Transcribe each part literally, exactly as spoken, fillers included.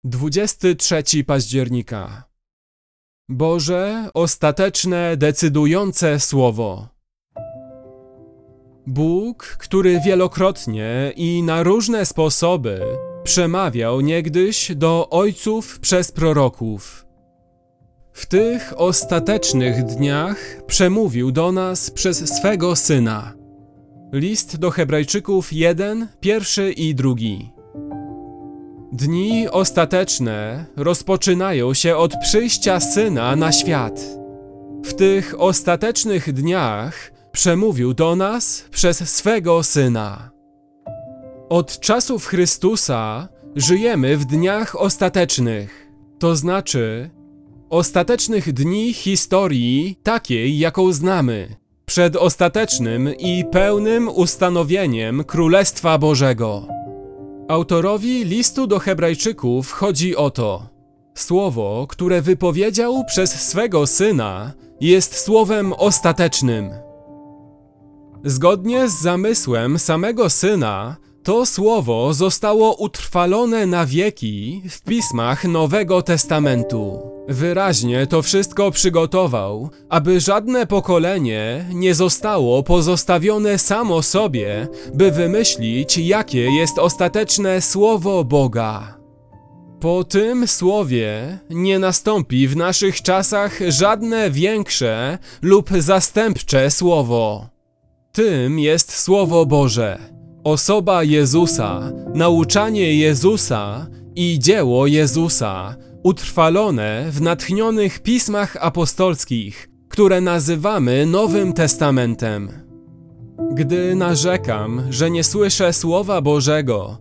dwudziestego trzeciego października. Boże, ostateczne, decydujące Słowo. Bóg, który wielokrotnie i na różne sposoby przemawiał niegdyś do ojców przez proroków, w tych ostatecznych dniach przemówił do nas przez swego Syna. List do Hebrajczyków jeden, pierwszy i drugi. Dni ostateczne rozpoczynają się od przyjścia Syna na świat. W tych ostatecznych dniach przemówił do nas przez swego Syna. Od czasów Chrystusa żyjemy w dniach ostatecznych, to znaczy ostatecznych dni historii takiej, jaką znamy, przed ostatecznym i pełnym ustanowieniem Królestwa Bożego. Autorowi listu do Hebrajczyków chodzi o to: słowo, które wypowiedział przez swego Syna, jest słowem ostatecznym. Zgodnie z zamysłem samego Syna, to słowo zostało utrwalone na wieki w pismach Nowego Testamentu. Wyraźnie to wszystko przygotował, aby żadne pokolenie nie zostało pozostawione samo sobie, by wymyślić, jakie jest ostateczne Słowo Boga. Po tym Słowie nie nastąpi w naszych czasach żadne większe lub zastępcze Słowo. Tym jest Słowo Boże, osoba Jezusa, nauczanie Jezusa i dzieło Jezusa, utrwalone w natchnionych pismach apostolskich, które nazywamy Nowym Testamentem. Gdy narzekam, że nie słyszę Słowa Bożego,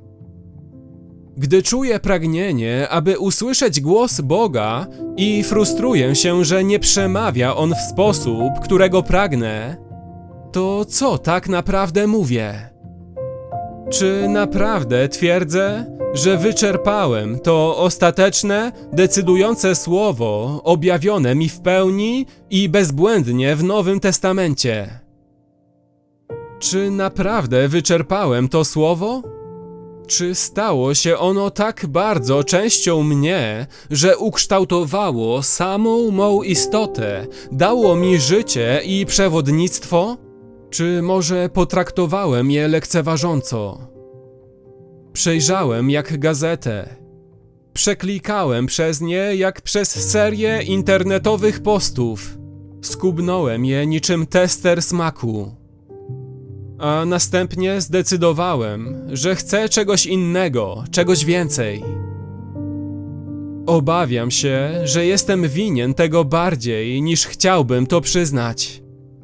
gdy czuję pragnienie, aby usłyszeć głos Boga i frustruję się, że nie przemawia On w sposób, którego pragnę, to co tak naprawdę mówię? Czy naprawdę twierdzę, że wyczerpałem to ostateczne, decydujące Słowo objawione mi w pełni i bezbłędnie w Nowym Testamencie? Czy naprawdę wyczerpałem to Słowo? Czy stało się ono tak bardzo częścią mnie, że ukształtowało samą mą istotę, dało mi życie i przewodnictwo? Czy może potraktowałem je lekceważąco? Przejrzałem jak gazetę. Przeklikałem przez nie jak przez serię internetowych postów. Skubnąłem je niczym tester smaku. A następnie zdecydowałem, że chcę czegoś innego, czegoś więcej. Obawiam się, że jestem winien tego bardziej, niż chciałbym to przyznać.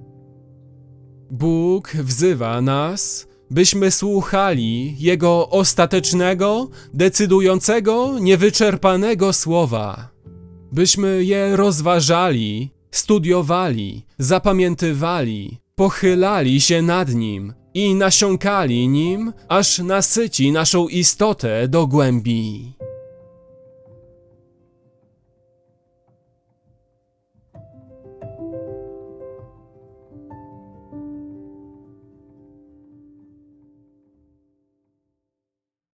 Bóg wzywa nas, byśmy słuchali Jego ostatecznego, decydującego, niewyczerpanego Słowa. Byśmy je rozważali, studiowali, zapamiętywali, pochylali się nad nim i nasiąkali nim, aż nasyci naszą istotę do głębi.